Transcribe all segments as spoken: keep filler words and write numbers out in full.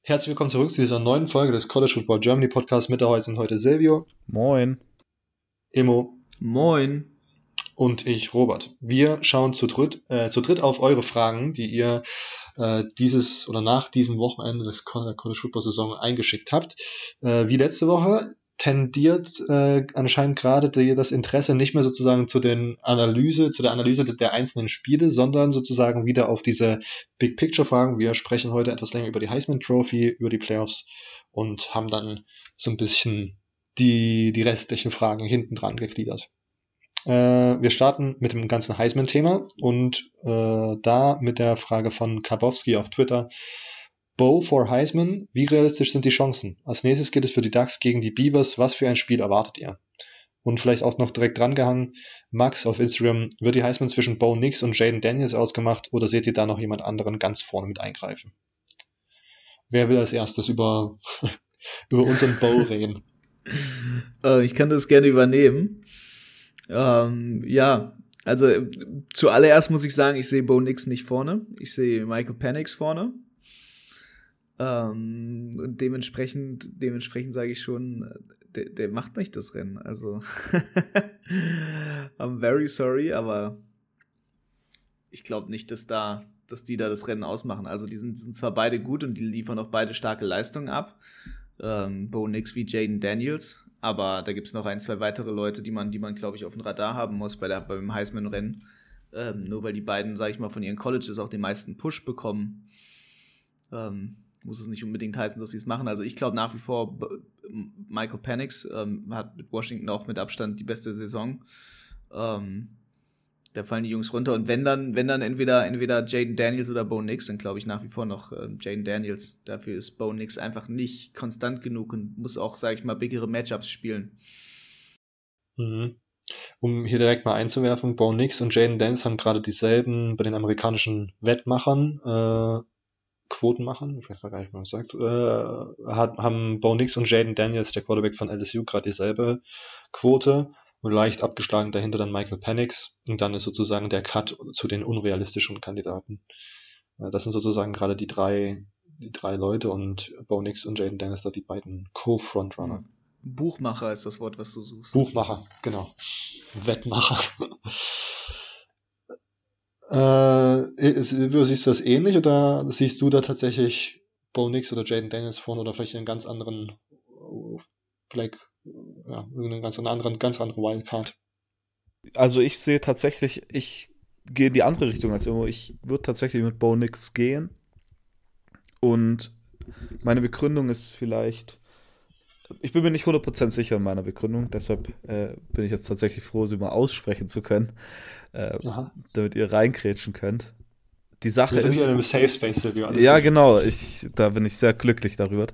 Herzlich willkommen zurück zu dieser neuen Folge des College Football Germany Podcast. Mit dabei sind heute Silvio, Moin. Immo Moin. und ich, Robert. Wir schauen zu dritt, äh, zu dritt auf eure Fragen, die ihr äh, dieses oder nach diesem Wochenende des Co- der College Football Saison eingeschickt habt. Äh, wie letzte Woche tendiert äh, anscheinend gerade die, das Interesse nicht mehr sozusagen zu den Analyse, zu der Analyse der einzelnen Spiele, sondern sozusagen wieder auf diese Big Picture Fragen. Wir sprechen heute etwas länger über die Heisman Trophy, über die Playoffs und haben dann so ein bisschen die, die restlichen Fragen hinten dran gegliedert. Äh, wir starten mit dem ganzen Heisman-Thema und äh, da mit der Frage von Karbowski auf Twitter. Bo for Heisman, wie realistisch sind die Chancen? Als nächstes geht es für die Ducks gegen die Beavers. Was für ein Spiel erwartet ihr? Und vielleicht auch noch direkt drangehangen, Max auf Instagram, wird die Heisman zwischen Bo Nix und Jaden Daniels ausgemacht oder seht ihr da noch jemand anderen ganz vorne mit eingreifen? Wer will als erstes über, über unseren Bo reden? Äh, ich kann das gerne übernehmen. Ähm, ja, also äh, zuallererst muss ich sagen, ich sehe Bo Nix nicht vorne. Ich sehe Michael Penix vorne. Ähm, und dementsprechend, dementsprechend sage ich schon, der, der macht nicht das Rennen. Also, I'm very sorry, aber ich glaube nicht, dass da, dass die da das Rennen ausmachen. Also, die sind, sind zwar beide gut und die liefern auch beide starke Leistungen ab. Ähm, Bo Nix wie Jaden Daniels, aber da gibt es noch ein, zwei weitere Leute, die man, die man, glaube ich, auf dem Radar haben muss bei der, beim Heisman-Rennen. Ähm, nur weil die beiden, sage ich mal, von ihren Colleges auch den meisten Push bekommen. Ähm, muss es nicht unbedingt heißen, dass sie es machen. Also ich glaube nach wie vor, Michael Penix ähm, hat mit Washington auch mit Abstand die beste Saison. Ähm, da fallen die Jungs runter. Und wenn dann, wenn dann entweder, entweder Jaden Daniels oder Bo Nix, dann glaube ich nach wie vor noch ähm, Jaden Daniels. Dafür ist Bo Nix einfach nicht konstant genug und muss auch, sage ich mal, bigere Matchups spielen. Mhm. Um hier direkt mal einzuwerfen, Bo Nix und Jaden Daniels haben gerade dieselben bei den amerikanischen Wettmachern, äh, Quotenmachern, ich weiß gar nicht, wie man das sagt, äh, hat, haben Bo Nix und Jaden Daniels, der Quarterback von L S U, gerade dieselbe Quote und leicht abgeschlagen dahinter dann Michael Penix und dann ist sozusagen der Cut zu den unrealistischen Kandidaten. Äh, das sind sozusagen gerade die drei, die drei Leute und Bo Nix und Jaden Daniels da die beiden Co-Frontrunner. Buchmacher ist das Wort, was du suchst. Buchmacher, genau. Wettmacher. Äh, siehst du das ähnlich oder siehst du da tatsächlich Bo Nix oder Jaden Daniels vorne oder vielleicht einen ganz anderen, vielleicht, ja, einen ganz anderen, ganz andere Wildcard? Also ich sehe tatsächlich, ich gehe in die andere Richtung als immer. Ich würde tatsächlich mit Bo Nix gehen. Und meine Begründung ist vielleicht, ich bin mir nicht hundert Prozent sicher in meiner Begründung, deshalb äh, bin ich jetzt tatsächlich froh, sie mal aussprechen zu können, äh, damit ihr reinkrätschen könnt. Die Sache Wir sind ist, hier in einem Safe Space, Silvio. Alles ja gut. genau, ich, da bin ich sehr glücklich darüber.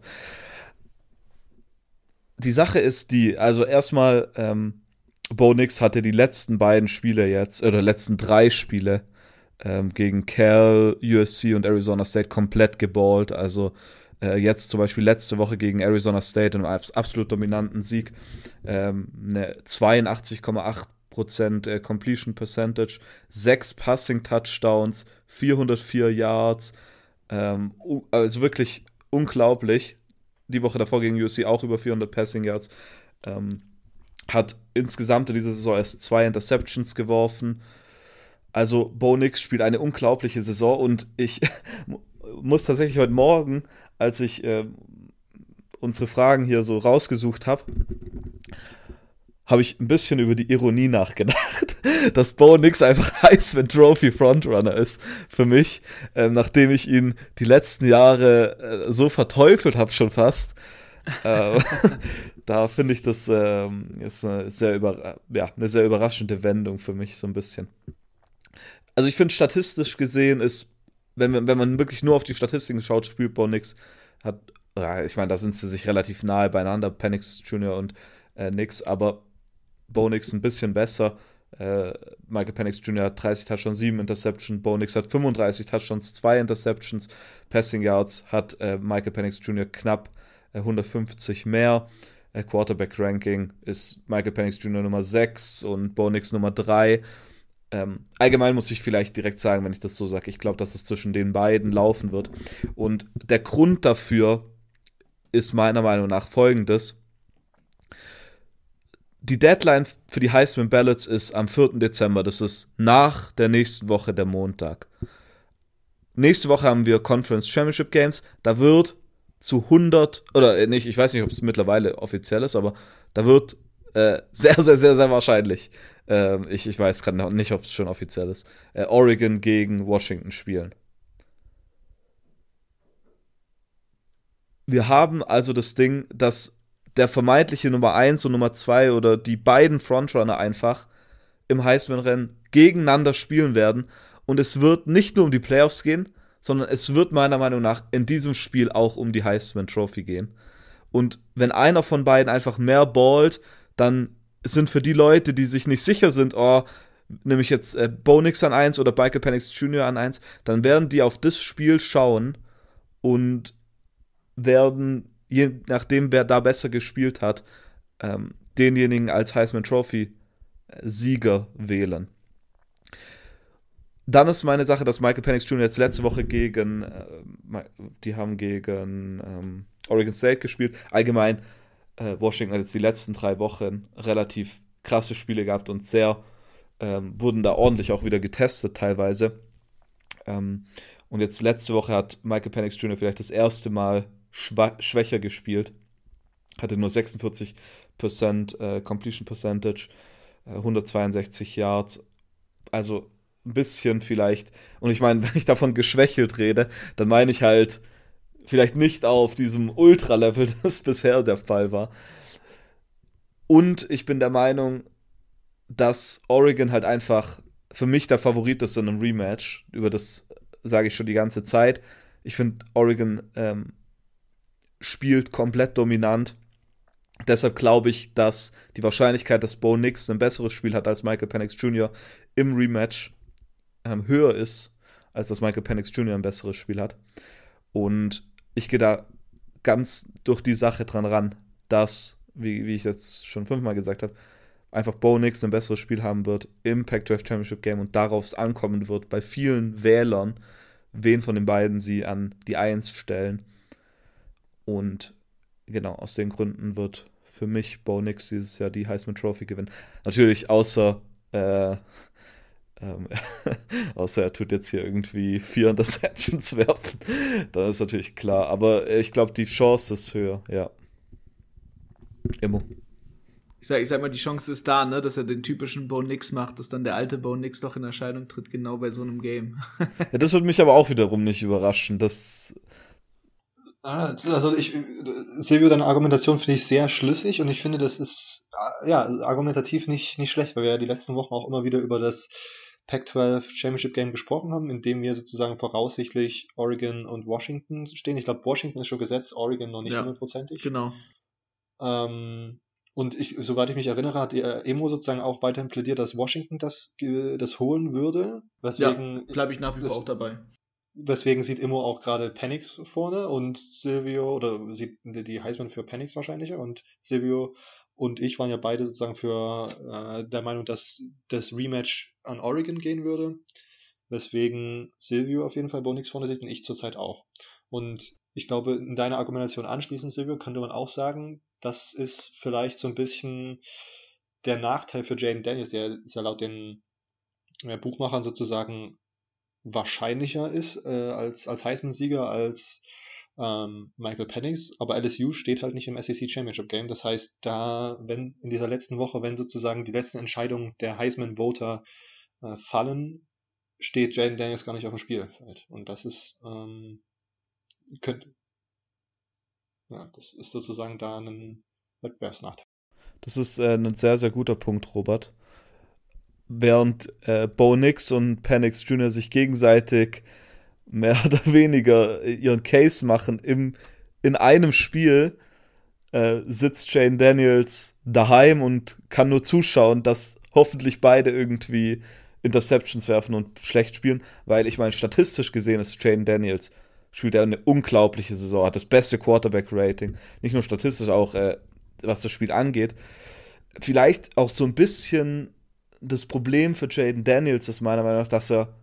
Die Sache ist die, also erstmal, ähm, Bo Nix hatte die letzten beiden Spiele jetzt, oder letzten drei Spiele ähm, gegen Cal, U S C und Arizona State komplett geballt. Also äh, jetzt zum Beispiel letzte Woche gegen Arizona State in einem absolut dominanten Sieg ähm, eine zweiundachtzig Komma acht Prozent äh, Completion Percentage, sechs Passing Touchdowns, vierhundertvier Yards, ähm, also wirklich unglaublich. Die Woche davor gegen U S C auch über vierhundert Passing Yards. Ähm, hat insgesamt in dieser Saison erst zwei Interceptions geworfen. Also Bo Nix spielt eine unglaubliche Saison und ich muss tatsächlich heute Morgen, als ich äh, unsere Fragen hier so rausgesucht habe, habe ich ein bisschen über die Ironie nachgedacht, dass Bo Nix einfach Heisman Trophy Frontrunner ist für mich, äh, nachdem ich ihn die letzten Jahre äh, so verteufelt habe schon fast. äh, da finde ich, das äh, ist eine sehr, über, ja, eine sehr überraschende Wendung für mich so ein bisschen. Also ich finde, statistisch gesehen ist, wenn, wenn man wirklich nur auf die Statistiken schaut, spielt Bo Nix, hat, ja, ich meine, da sind sie sich relativ nahe beieinander, Penix Junior und äh, Nix, aber Bo Nix ein bisschen besser. Äh, Michael Penix Junior hat dreißig Touchdowns, sieben Interceptions, Bo Nix hat fünfunddreißig Touchdowns, zwei Interceptions, Passing Yards hat äh, Michael Penix Junior knapp äh, hundertfünfzig mehr. Äh, Quarterback Ranking ist Michael Penix Junior Nummer sechs und Bo Nix Nummer drei. Ähm, allgemein muss ich vielleicht direkt sagen, wenn ich das so sage, ich glaube, dass es zwischen den beiden laufen wird. Und der Grund dafür ist meiner Meinung nach folgendes. Die Deadline für die Heisman Ballots ist am vierten Dezember. Das ist nach der nächsten Woche, der Montag. Nächste Woche haben wir Conference Championship Games. Da wird zu hundert, oder nicht, ich weiß nicht, ob es mittlerweile offiziell ist, aber da wird äh, sehr, sehr, sehr, sehr wahrscheinlich, äh, ich, ich weiß gerade noch nicht, ob es schon offiziell ist, äh, Oregon gegen Washington spielen. Wir haben also das Ding, dass der vermeintliche Nummer eins und Nummer zwei oder die beiden Frontrunner einfach im Heisman-Rennen gegeneinander spielen werden. Und es wird nicht nur um die Playoffs gehen, sondern es wird meiner Meinung nach in diesem Spiel auch um die Heisman Trophy gehen. Und wenn einer von beiden einfach mehr ballt, dann sind für die Leute, die sich nicht sicher sind, oh, nehme ich jetzt äh, Bo Nix an eins oder Michael Penix Junior an eins, dann werden die auf das Spiel schauen und werden, je nachdem, wer da besser gespielt hat, ähm, denjenigen als Heisman Trophy Sieger wählen. Dann ist meine Sache, dass Michael Penix Junior jetzt letzte Woche gegen, äh, die haben gegen ähm, Oregon State gespielt. Allgemein, äh, Washington hat jetzt die letzten drei Wochen relativ krasse Spiele gehabt und sehr, ähm, wurden da ordentlich auch wieder getestet teilweise. Ähm, und jetzt letzte Woche hat Michael Penix Junior vielleicht das erste Mal schwa- schwächer gespielt. Hatte nur sechsundvierzig Prozent äh, Completion Percentage, äh, hundertzweiundsechzig Yards. Also ein bisschen vielleicht, und ich meine, wenn ich davon geschwächelt rede, dann meine ich halt vielleicht nicht auf diesem Ultra-Level, das bisher der Fall war. Und ich bin der Meinung, dass Oregon halt einfach für mich der Favorit ist in einem Rematch. Über das sage ich schon die ganze Zeit. Ich finde, Oregon ähm, spielt komplett dominant. Deshalb glaube ich, dass die Wahrscheinlichkeit, dass Bo Nix ein besseres Spiel hat als Michael Penix Junior im Rematch ähm, höher ist, als dass Michael Penix Junior ein besseres Spiel hat. Und ich gehe da ganz durch die Sache dran ran, dass, wie, wie ich jetzt schon fünfmal gesagt habe, einfach Bo Nix ein besseres Spiel haben wird im Pac zwölf Championship Game und darauf es ankommen wird, bei vielen Wählern, wen von den beiden sie an die Eins stellen. Und genau, aus den Gründen wird für mich Bo Nix dieses Jahr die Heisman Trophy gewinnen. Natürlich außer äh, ähm, außer er tut jetzt hier irgendwie vier Interceptions werfen. Dann ist natürlich klar. Aber ich glaube, die Chance ist höher, ja. Immo. Ich sag, ich sag mal, die Chance ist da, ne, dass er den typischen Bo Nix macht, dass dann der alte Bo Nix doch in Erscheinung tritt, genau bei so einem Game. Ja, das würde mich aber auch wiederum nicht überraschen. Das Also ich, Silvio, deine Argumentation finde ich sehr schlüssig und ich finde, das ist ja argumentativ nicht, nicht schlecht, weil wir ja die letzten Wochen auch immer wieder über das Pac zwölf Championship Game gesprochen haben, in dem wir sozusagen voraussichtlich Oregon und Washington stehen. Ich glaube, Washington ist schon gesetzt, Oregon noch nicht hundertprozentig. Ja, genau. Ähm, und ich, soweit ich mich erinnere, hat äh, Emo sozusagen auch weiterhin plädiert, dass Washington das, das holen würde. Weswegen, ja, bleibe ich nach wie vor auch dabei. Deswegen sieht Immo auch gerade Penix vorne und Silvio, oder sieht die Heisman für Penix wahrscheinlich, und Silvio und ich waren ja beide sozusagen für äh, der Meinung, dass das Rematch an Oregon gehen würde, weswegen Silvio auf jeden Fall Bo Nix vorne sieht und ich zurzeit auch. Und ich glaube, in deiner Argumentation anschließend, Silvio, könnte man auch sagen, das ist vielleicht so ein bisschen der Nachteil für Jaden Daniels, der ist ja laut den äh, Buchmachern sozusagen wahrscheinlicher ist äh, als, als Heisman-Sieger als ähm, Michael Penix, aber L S U steht halt nicht im S E C Championship Game. Das heißt, da, wenn in dieser letzten Woche, wenn sozusagen die letzten Entscheidungen der Heisman-Voter äh, fallen, steht Jaden Daniels gar nicht auf dem Spielfeld. Und das ist ähm, könnte ja, das ist sozusagen da ein Wettbewerbsnachteil. Das ist äh, ein sehr, sehr guter Punkt, Robert. Während äh, Bo Nix und Penix Junior sich gegenseitig mehr oder weniger ihren Case machen im, in einem Spiel, äh, sitzt Jaden Daniels daheim und kann nur zuschauen, dass hoffentlich beide irgendwie Interceptions werfen und schlecht spielen, weil ich meine, statistisch gesehen ist Jaden Daniels, spielt er eine unglaubliche Saison, hat das beste Quarterback-Rating, nicht nur statistisch, auch äh, was das Spiel angeht. Vielleicht auch so ein bisschen das Problem für Jaden Daniels ist meiner Meinung nach, dass er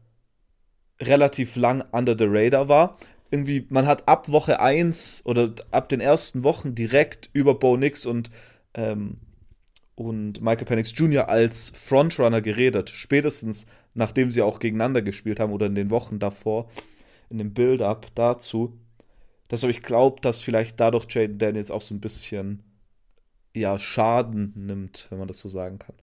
relativ lang under the radar war. Irgendwie, man hat ab Woche eins oder ab den ersten Wochen direkt über Bo Nix und, ähm, und Michael Penix Junior als Frontrunner geredet. Spätestens, nachdem sie auch gegeneinander gespielt haben oder in den Wochen davor, in dem Build-up dazu. Deshalb, ich glaube, dass vielleicht dadurch Jaden Daniels auch so ein bisschen ja, Schaden nimmt, wenn man das so sagen kann.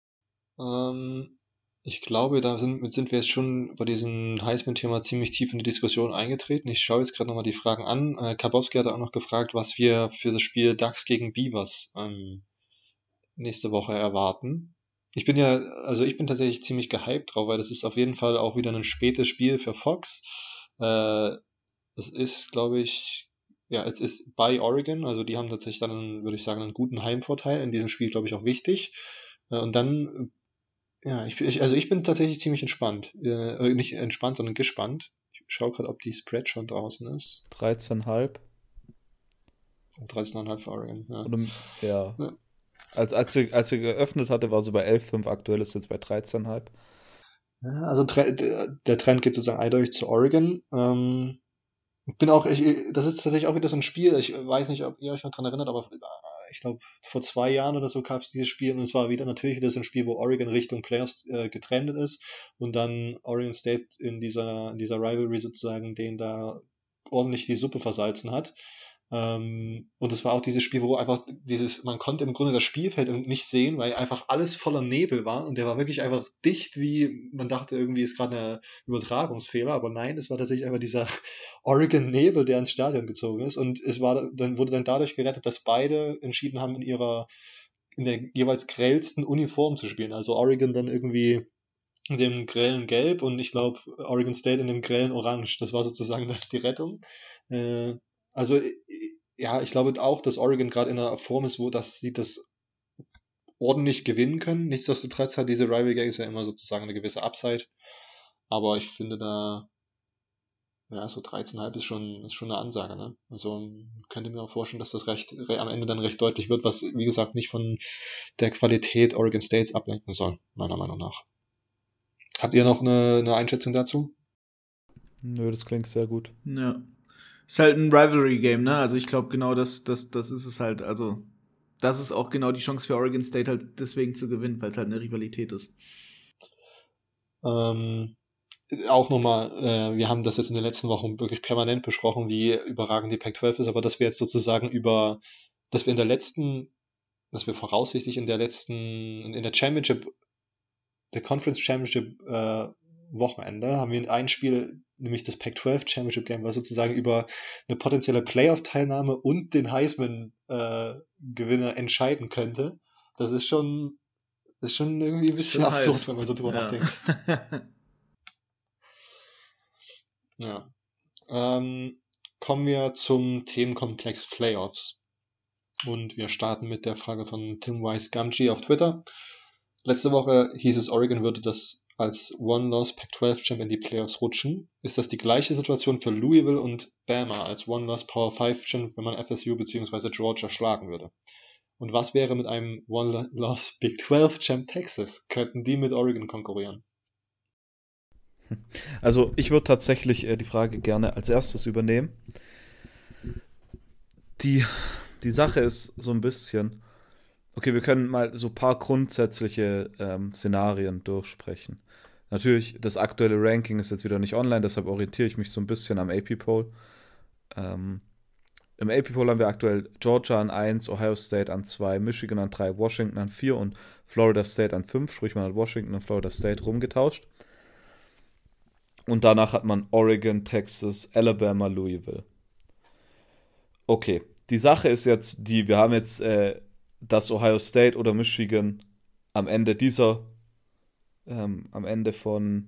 Ähm, ich glaube, da sind, sind wir jetzt schon bei diesem Heisman-Thema ziemlich tief in die Diskussion eingetreten. Ich schaue jetzt gerade nochmal die Fragen an. Äh, Kabowski hatte auch noch gefragt, was wir für das Spiel Ducks gegen Beavers ähm, nächste Woche erwarten. Ich bin ja, also ich bin tatsächlich ziemlich gehypt drauf, weil das ist auf jeden Fall auch wieder ein spätes Spiel für Fox. Äh, es ist, glaube ich, ja, es ist bei Oregon, also die haben tatsächlich dann, würde ich sagen, einen guten Heimvorteil. In diesem Spiel, glaube ich, auch wichtig. Äh, und dann, ja, ich, ich, also ich bin tatsächlich ziemlich entspannt. Äh, nicht entspannt, sondern gespannt. Ich schaue gerade, ob die Spread schon draußen ist. dreizehn Komma fünf. dreizehn Komma fünf für Oregon, ja. Oder, ja. ja. Als, als, sie, als sie geöffnet hatte, war sie bei elf Komma fünf. Aktuell ist sie jetzt bei dreizehn Komma fünf. Ja, also der Trend geht sozusagen eindeutig zu Oregon. Ähm, ich bin auch, ich, das ist tatsächlich auch wieder so ein Spiel. Ich weiß nicht, ob ihr euch noch dran erinnert, aber ich glaube, vor zwei Jahren oder so gab es dieses Spiel und es war wieder natürlich wieder so ein Spiel, wo Oregon Richtung Playoffs äh, getrennt ist und dann Oregon State in dieser, in dieser Rivalry sozusagen den da ordentlich die Suppe versalzen hat. Ähm, und es war auch dieses Spiel, wo einfach dieses, man konnte im Grunde das Spielfeld nicht sehen, weil einfach alles voller Nebel war und der war wirklich einfach dicht, wie man dachte, irgendwie ist gerade ein Übertragungsfehler, aber nein, es war tatsächlich einfach dieser Oregon-Nebel, der ins Stadion gezogen ist und es war, dann wurde dann dadurch gerettet, dass beide entschieden haben, in ihrer, in der jeweils grellsten Uniform zu spielen. Also Oregon dann irgendwie in dem grellen Gelb und ich glaube Oregon State in dem grellen Orange. Das war sozusagen die Rettung. Äh, Also, ja, ich glaube auch, dass Oregon gerade in einer Form ist, wo das sie das ordentlich gewinnen können. Nichtsdestotrotz hat diese Rivalry Games ja immer sozusagen eine gewisse Upside. Aber ich finde da, ja, so dreizehn Komma fünf ist schon, ist schon eine Ansage, ne? Also, könnte mir auch vorstellen, dass das recht, am Ende dann recht deutlich wird, was, wie gesagt, nicht von der Qualität Oregon States ablenken soll, meiner Meinung nach. Habt ihr noch eine, eine Einschätzung dazu? Nö, das klingt sehr gut. Ja. Ist halt ein Rivalry-Game, ne? Also ich glaube genau, das, das, das ist es halt. Also das ist auch genau die Chance für Oregon State halt deswegen zu gewinnen, weil es halt eine Rivalität ist. Ähm, auch nochmal, äh, wir haben das jetzt in den letzten Wochen wirklich permanent besprochen, wie überragend die Pac zwölf ist, aber dass wir jetzt sozusagen über, dass wir in der letzten, dass wir voraussichtlich in der letzten, in der Championship, der Conference Championship äh, Wochenende haben wir ein Spiel, nämlich das Pac zwölf Championship Game, was sozusagen über eine potenzielle Playoff-Teilnahme und den Heisman-Gewinner äh, entscheiden könnte. Das ist schon, das ist schon irgendwie ein bisschen absurd, heiß, wenn man so drüber ja. nachdenkt. ja. Ähm, kommen wir zum Themenkomplex Playoffs. Und wir starten mit der Frage von Tim Weiss Gamgee auf Twitter. Letzte Woche hieß es, Oregon würde das als One-Loss Pac zwölf Champ in die Playoffs rutschen. Ist das die gleiche Situation für Louisville und Bama als One-Loss Power fünf Champ, wenn man F S U bzw. Georgia schlagen würde? Und was wäre mit einem One-Loss Big zwölf Champ Texas? Könnten die mit Oregon konkurrieren? Also ich würde tatsächlich äh, die Frage gerne als erstes übernehmen. Die, die Sache ist so ein bisschen, okay, wir können mal so ein paar grundsätzliche ähm, Szenarien durchsprechen. Natürlich, das aktuelle Ranking ist jetzt wieder nicht online, deshalb orientiere ich mich so ein bisschen am A P-Poll. Ähm, Im A P-Poll haben wir aktuell Georgia an eins, Ohio State an zwei, Michigan an drei, Washington an vier und Florida State an fünf, sprich man hat Washington und Florida State rumgetauscht. Und danach hat man Oregon, Texas, Alabama, Louisville. Okay, die Sache ist jetzt die, wir haben jetzt äh, dass Ohio State oder Michigan am Ende dieser, ähm, am Ende von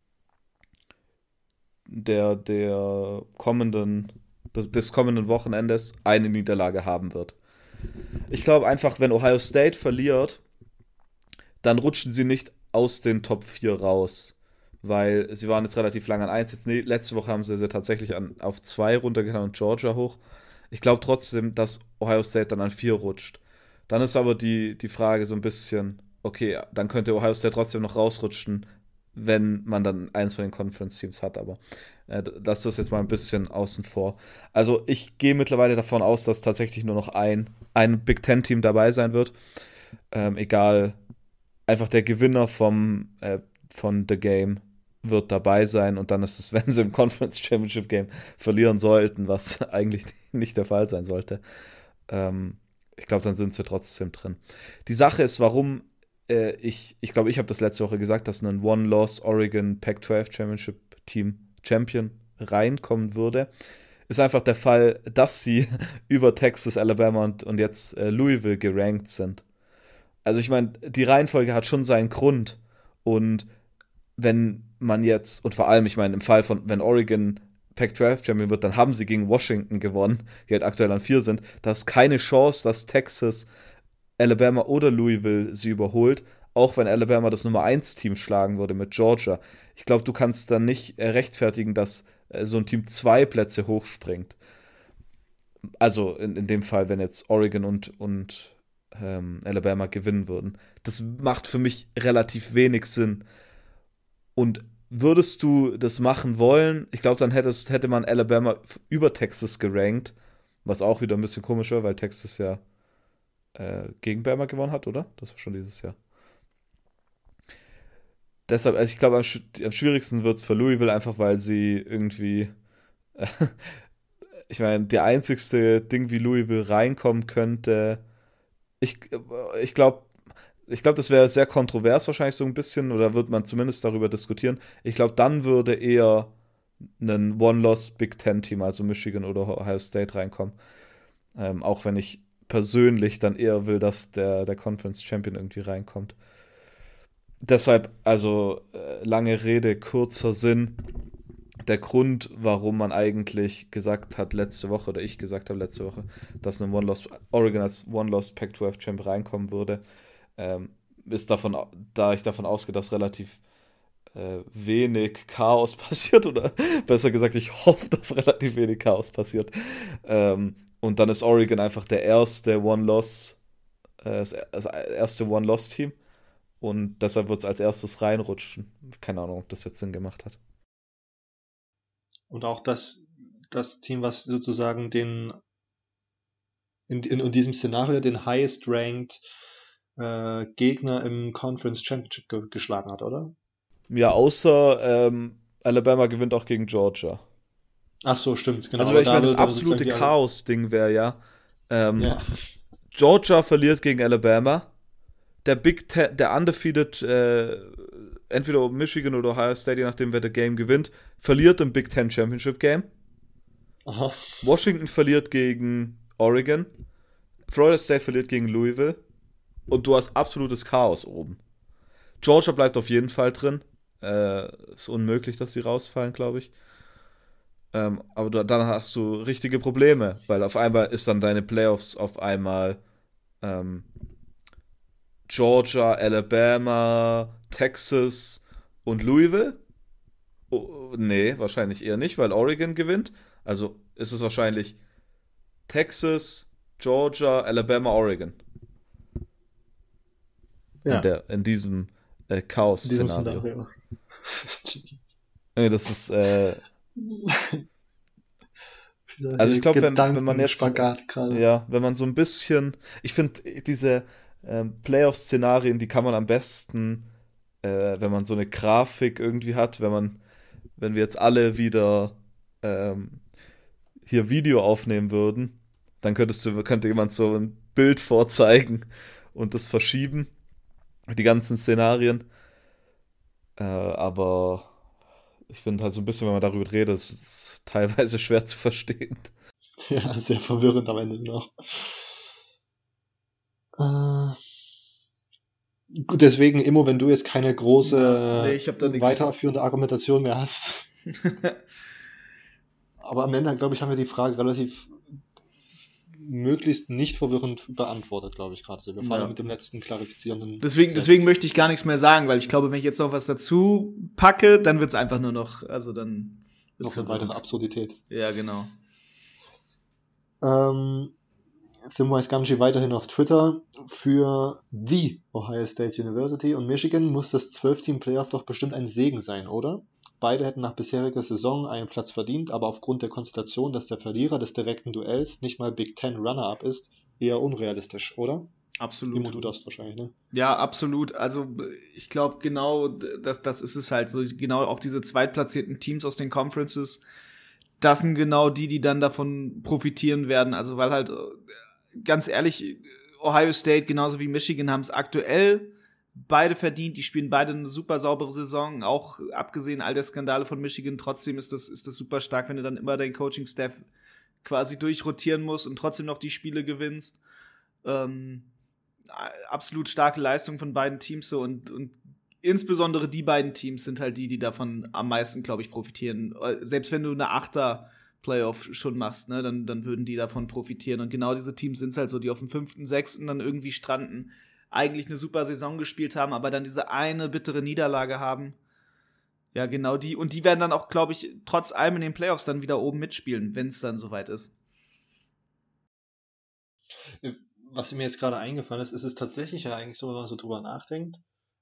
der, der kommenden, des, des kommenden Wochenendes eine Niederlage haben wird. Ich glaube einfach, wenn Ohio State verliert, dann rutschen sie nicht aus den Top vier raus, weil sie waren jetzt relativ lange an eins. Jetzt, nee, letzte Woche haben sie sie tatsächlich an, auf zwei runtergehauen und Georgia hoch. Ich glaube trotzdem, dass Ohio State dann an vier rutscht. Dann ist aber die, die Frage so ein bisschen, okay, dann könnte Ohio State trotzdem noch rausrutschen, wenn man dann eins von den Conference-Teams hat, aber äh, lass das jetzt mal ein bisschen außen vor. Also ich gehe mittlerweile davon aus, dass tatsächlich nur noch ein, ein Big Ten-Team dabei sein wird. Ähm, egal, einfach der Gewinner vom, äh, von The Game wird dabei sein und dann ist es, wenn sie im Conference Championship Game verlieren sollten, was eigentlich nicht der Fall sein sollte. Ähm, ich glaube, dann sind sie trotzdem drin. Die Sache ist, warum äh, ich, ich glaube, ich habe das letzte Woche gesagt, dass ein One-Loss Oregon Pac zwölf Championship Team Champion reinkommen würde, ist einfach der Fall, dass sie über Texas, Alabama und, und jetzt äh, Louisville gerankt sind. Also ich meine, die Reihenfolge hat schon seinen Grund und wenn man jetzt, und vor allem, ich meine, im Fall von, wenn Oregon Pac zwölf Champion wird, dann haben sie gegen Washington gewonnen, die halt aktuell an vier sind. Da ist keine Chance, dass Texas, Alabama oder Louisville sie überholt, auch wenn Alabama das Nummer eins Team schlagen würde mit Georgia. Ich glaube, du kannst dann nicht äh, rechtfertigen, dass äh, so ein Team zwei Plätze hochspringt. Also in, in dem Fall, wenn jetzt Oregon und, und ähm, Alabama gewinnen würden. Das macht für mich relativ wenig Sinn. Und würdest du das machen wollen, ich glaube, dann hättest, hätte man Alabama über Texas gerankt, was auch wieder ein bisschen komisch war, weil Texas ja äh, gegen Bama gewonnen hat, oder? Das war schon dieses Jahr. Deshalb, also ich glaube, am, sch- am schwierigsten wird es für Louisville, einfach weil sie irgendwie, äh, ich meine, der einzigste Ding, wie Louisville reinkommen könnte, ich, äh, ich glaube, ich glaube, das wäre sehr kontrovers wahrscheinlich so ein bisschen, oder wird man zumindest darüber diskutieren. Ich glaube, dann würde eher ein One-Loss Big Ten-Team, also Michigan oder Ohio State, reinkommen. Ähm, auch wenn ich persönlich dann eher will, dass der, der Conference Champion irgendwie reinkommt. Deshalb, also äh, lange Rede, kurzer Sinn. Der Grund, warum man eigentlich gesagt hat letzte Woche, oder ich gesagt habe letzte Woche, dass ein One-Loss Oregon als One-Loss Pac zwölf Champ reinkommen würde, ähm, ist davon, da ich davon ausgehe, dass relativ äh, wenig Chaos passiert, oder besser gesagt, ich hoffe, dass relativ wenig Chaos passiert. Ähm, und dann ist Oregon einfach der erste One-Loss, äh, das erste One-Loss-Team. Und deshalb wird es als erstes reinrutschen. Keine Ahnung, ob das jetzt Sinn gemacht hat. Und auch das, das Team, was sozusagen den in, in, in diesem Szenario den highest ranked äh, Gegner im Conference Championship ge geschlagen hat, oder? Ja, außer ähm, Alabama gewinnt auch gegen Georgia. Ach so, stimmt, genau. Also Aber ich da meine, das würde dann absolute sozusagen die- Chaos-Ding wäre ja, ähm, Ja, Georgia verliert gegen Alabama, der Big Ten, der undefeated, äh, entweder Michigan oder Ohio State, je nachdem wer der Game gewinnt, verliert im Big Ten Championship Game. aha. Washington verliert gegen Oregon, Florida State verliert gegen Louisville und du hast absolutes Chaos oben. Georgia bleibt auf jeden Fall drin. Äh, ist unmöglich, dass sie rausfallen, glaube ich. Ähm, aber du, dann hast du richtige Probleme, weil auf einmal ist dann deine Playoffs auf einmal ähm, Georgia, Alabama, Texas und Louisville. Oh, nee, wahrscheinlich eher nicht, weil Oregon gewinnt. Also ist es wahrscheinlich Texas, Georgia, Alabama, Oregon. Ja, In, der, in diesem äh, in diesem Chaos-Szenario. Szenario. Nee, das ist, äh, also ich glaube, wenn, wenn man jetzt, Spagat gerade. ja, wenn man so ein bisschen, ich finde diese ähm, Playoff-Szenarien, die kann man am besten, äh, wenn man so eine Grafik irgendwie hat, wenn man, wenn wir jetzt alle wieder ähm, hier Video aufnehmen würden, dann könntest du, könnte jemand so ein Bild vorzeigen und das verschieben, die ganzen Szenarien. Äh, aber ich finde halt so ein bisschen, wenn man darüber redet, ist es teilweise schwer zu verstehen. Ja, sehr verwirrend am Ende noch. Äh, gut, deswegen, Immo, wenn du jetzt keine große, Ja, nee, ich hab da nix. weiterführende Argumentation mehr hast. Aber am Ende, glaube ich, haben wir die Frage relativ möglichst nicht verwirrend beantwortet, glaube ich, gerade. Wir fahren Ja. mit dem letzten klarifizierenden. Deswegen, deswegen möchte ich gar nichts mehr sagen, weil ich glaube, wenn ich jetzt noch was dazu packe, dann wird es einfach nur noch, also dann wird's noch eine weitere verwirrend. Absurdität. Ja, genau. Ähm, Thimwise Gamgee weiterhin auf Twitter, für die Ohio State University und Michigan muss das zwölf-Team-Playoff doch bestimmt ein Segen sein, oder? Beide hätten nach bisheriger Saison einen Platz verdient, aber aufgrund der Konstellation, dass der Verlierer des direkten Duells nicht mal Big Ten Runner-Up ist, eher unrealistisch, oder? Absolut. Timo, du darfst wahrscheinlich, ne? Ja, absolut. Also ich glaube genau, das, das ist es halt so, genau auch diese zweitplatzierten Teams aus den Conferences, das sind genau die, die dann davon profitieren werden. Also weil halt, ganz ehrlich, Ohio State genauso wie Michigan haben es aktuell beide verdient. Die spielen beide eine super saubere Saison, auch abgesehen all der Skandale von Michigan. Trotzdem ist das, ist das super stark, wenn du dann immer deinen Coaching-Staff quasi durchrotieren musst und trotzdem noch die Spiele gewinnst. Ähm, absolut starke Leistung von beiden Teams so und, und insbesondere die beiden Teams sind halt die, die davon am meisten, glaube ich, profitieren. Selbst wenn du eine Achter-Playoff schon machst, ne, dann, dann würden die davon profitieren. Und genau diese Teams sind halt so, die auf dem fünften, sechsten dann irgendwie stranden, eigentlich eine super Saison gespielt haben, aber dann diese eine bittere Niederlage haben. Ja, genau die. Und die werden dann auch, glaube ich, trotz allem in den Playoffs dann wieder oben mitspielen, wenn es dann soweit ist. Was mir jetzt gerade eingefallen ist, ist es tatsächlich ja eigentlich so, wenn man so drüber nachdenkt,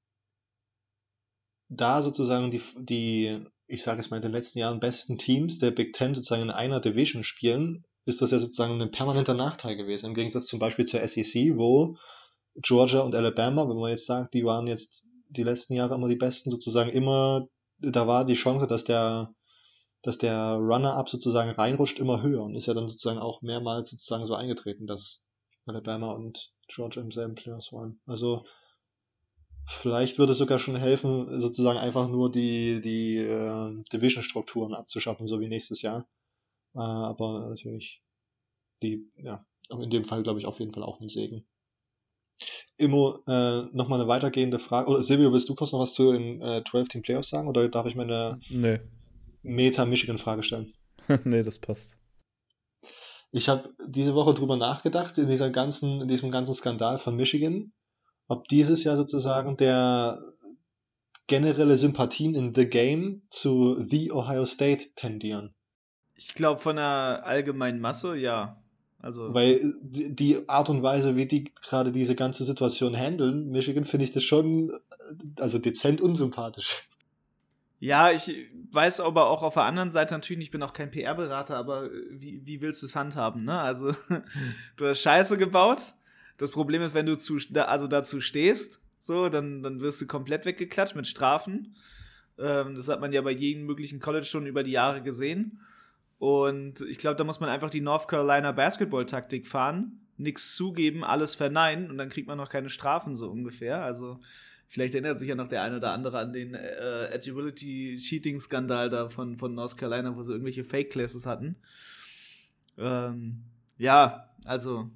da sozusagen die, die ich sage es mal, in den letzten Jahren besten Teams der Big Ten sozusagen in einer Division spielen, ist das ja sozusagen ein permanenter Nachteil gewesen. Im Gegensatz zum Beispiel zur S E C, wo Georgia und Alabama, wenn man jetzt sagt, die waren jetzt die letzten Jahre immer die besten, sozusagen immer, da war die Chance, dass der, dass der Runner-Up sozusagen reinrutscht, immer höher und ist ja dann sozusagen auch mehrmals sozusagen so eingetreten, dass Alabama und Georgia im selben Playoffs waren. Also vielleicht würde es sogar schon helfen, sozusagen einfach nur die, die äh, Division-Strukturen abzuschaffen, so wie nächstes Jahr. Äh, aber natürlich, die, ja, in dem Fall glaube ich auf jeden Fall auch ein Segen. Immo, äh, nochmal eine weitergehende Frage. Oder Silvio, willst du kurz noch was zu den äh, zwölf-Team-Playoffs sagen? Oder darf ich mir eine Nee. Meta-Michigan-Frage stellen? Nee, das passt. Ich habe diese Woche drüber nachgedacht, in dieser ganzen, in diesem ganzen Skandal von Michigan, ob dieses Jahr sozusagen der generelle Sympathien in The Game zu The Ohio State tendieren. Ich glaube, von der allgemeinen Masse, ja. Also Weil die Art und Weise, wie die gerade diese ganze Situation handeln, Michigan, finde ich das schon also dezent unsympathisch. Ja, ich weiß aber auch auf der anderen Seite natürlich, ich bin auch kein P R-Berater, aber wie, wie willst du es handhaben, ne? Also, du hast Scheiße gebaut. Das Problem ist, wenn du zu, also dazu stehst, so, dann, dann wirst du komplett weggeklatscht mit Strafen. Ähm, das hat man ja bei jedem möglichen College schon über die Jahre gesehen. Und ich glaube, da muss man einfach die North Carolina Basketball-Taktik fahren. Nix zugeben, alles verneinen und dann kriegt man noch keine Strafen, so ungefähr. Also, vielleicht erinnert sich ja noch der eine oder andere an den äh, Agility-Cheating-Skandal da von, von North Carolina, wo sie irgendwelche Fake-Classes hatten. Ähm, ja, also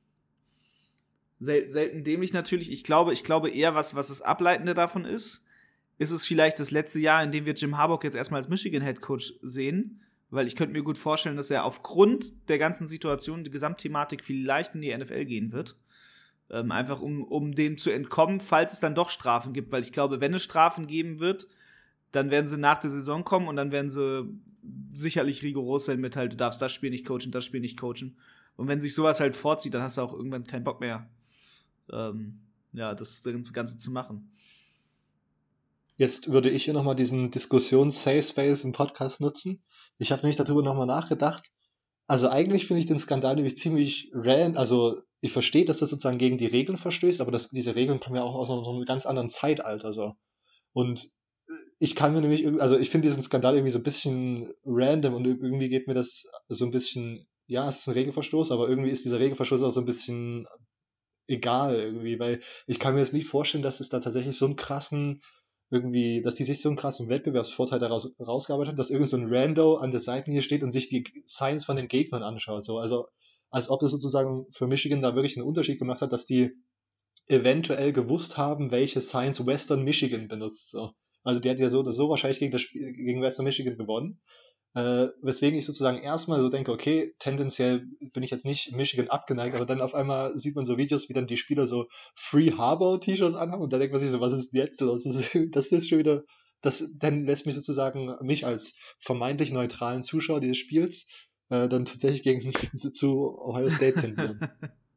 sel- selten dämlich natürlich. Ich glaube, ich glaube eher, was, was das Ableitende davon ist, ist es vielleicht das letzte Jahr, in dem wir Jim Harbaugh jetzt erstmal als Michigan-Headcoach sehen, weil ich könnte mir gut vorstellen, dass er aufgrund der ganzen Situation, die Gesamtthematik vielleicht in die N F L gehen wird. Ähm, einfach um, um dem zu entkommen, falls es dann doch Strafen gibt. Weil ich glaube, wenn es Strafen geben wird, dann werden sie nach der Saison kommen und dann werden sie sicherlich rigoros sein mit halt, du darfst das Spiel nicht coachen, das Spiel nicht coachen. Und wenn sich sowas halt vorzieht, dann hast du auch irgendwann keinen Bock mehr, ähm, ja, das, das Ganze zu machen. Jetzt würde ich hier nochmal diesen Diskussions-Safe-Space im Podcast nutzen. Ich habe nämlich darüber nochmal nachgedacht. Also eigentlich finde ich den Skandal nämlich ziemlich random, also ich verstehe, dass das sozusagen gegen die Regeln verstößt, aber das, diese Regeln kommen ja auch aus so einem ganz anderen Zeitalter so. Und ich kann mir nämlich, also ich finde diesen Skandal irgendwie so ein bisschen random und irgendwie geht mir das so ein bisschen, ja, es ist ein Regelverstoß, aber irgendwie ist dieser Regelverstoß auch so ein bisschen egal irgendwie, weil ich kann mir jetzt nicht vorstellen, dass es da tatsächlich so einen krassen irgendwie, dass die sich so einen krassen Wettbewerbsvorteil daraus rausgearbeitet haben, dass irgend so ein Rando an der Seitenlinie steht und sich die Signs von den Gegnern anschaut. So. Also als ob das sozusagen für Michigan da wirklich einen Unterschied gemacht hat, dass die eventuell gewusst haben, welche Signs Western Michigan benutzt. So. Also der hat ja so oder so wahrscheinlich gegen, das Spiel, gegen Western Michigan gewonnen. Äh, weswegen ich sozusagen erstmal so denke, okay, tendenziell bin ich jetzt nicht Michigan abgeneigt, aber dann auf einmal sieht man so Videos, wie dann die Spieler so Free Harbor T-Shirts anhaben und da denkt man sich so, was ist jetzt los? Das ist, das ist schon wieder, das dann lässt mich sozusagen, mich als vermeintlich neutralen Zuschauer dieses Spiels, äh, dann tatsächlich gegen zu Ohio State tendieren.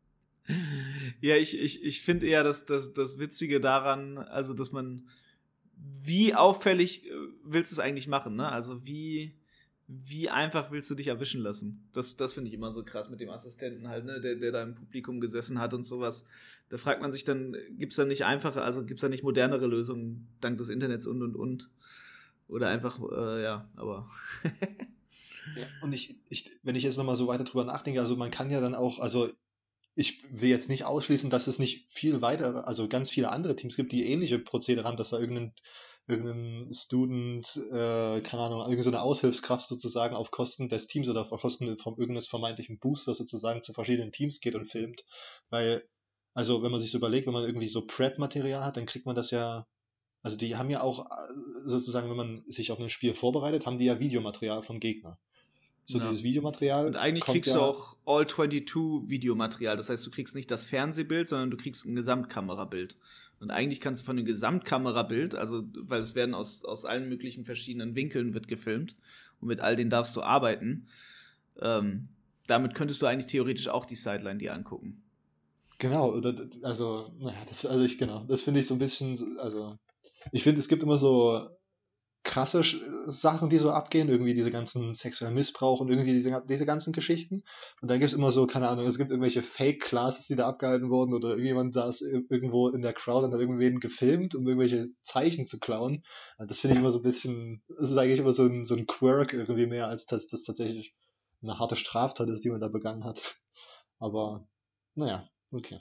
Ja, ich, ich, ich finde eher das, das, das Witzige daran, also dass man, wie auffällig äh, willst du es eigentlich machen, ne? Also wie, wie einfach willst du dich erwischen lassen? Das, das finde ich immer so krass mit dem Assistenten halt, ne? Der, der da im Publikum gesessen hat und sowas. Da fragt man sich dann, gibt's da nicht einfache, also gibt's da nicht modernere Lösungen dank des Internets und und und? Oder einfach, äh, ja, aber. Ja, und ich, ich, wenn ich jetzt nochmal so weiter drüber nachdenke, also man kann ja dann auch, also ich will jetzt nicht ausschließen, dass es nicht viel weiter, also ganz viele andere Teams gibt, die ähnliche Prozedere haben, dass da irgendein, irgendein Student, äh, keine Ahnung, irgendeine so eine Aushilfskraft sozusagen auf Kosten des Teams oder auf Kosten von irgendeines vermeintlichen Boosters sozusagen zu verschiedenen Teams geht und filmt. Weil, also wenn man sich so überlegt, wenn man irgendwie so Prep-Material hat, dann kriegt man das ja, also die haben ja auch äh, sozusagen, wenn man sich auf ein Spiel vorbereitet, haben die ja Videomaterial vom Gegner. So Ja. dieses Videomaterial Und eigentlich kommt kriegst ja, du auch All zweiundzwanzig Videomaterial. Das heißt, du kriegst nicht das Fernsehbild, sondern du kriegst ein Gesamtkamerabild. Und eigentlich kannst du von dem Gesamtkamerabild, also weil es werden aus, aus allen möglichen verschiedenen Winkeln wird gefilmt und mit all denen darfst du arbeiten. Ähm, damit könntest du eigentlich theoretisch auch die Sideline dir angucken. genau, oder- also, naja, das, also ich, genau, das finde ich so ein bisschen, so- also, ich finde, es gibt immer so krasse Sch- Sachen, die so abgehen, irgendwie diese ganzen sexuellen Missbrauch und irgendwie diese, diese ganzen Geschichten. Und dann gibt es immer so, keine Ahnung, es gibt irgendwelche Fake-Classes, die da abgehalten wurden oder irgendjemand saß ir- irgendwo in der Crowd und hat irgendwen gefilmt, um irgendwelche Zeichen zu klauen. Also das finde ich immer so ein bisschen, das ist eigentlich immer so ein, so ein Quirk irgendwie mehr, als dass das tatsächlich eine harte Straftat ist, die man da begangen hat. Aber, naja, okay.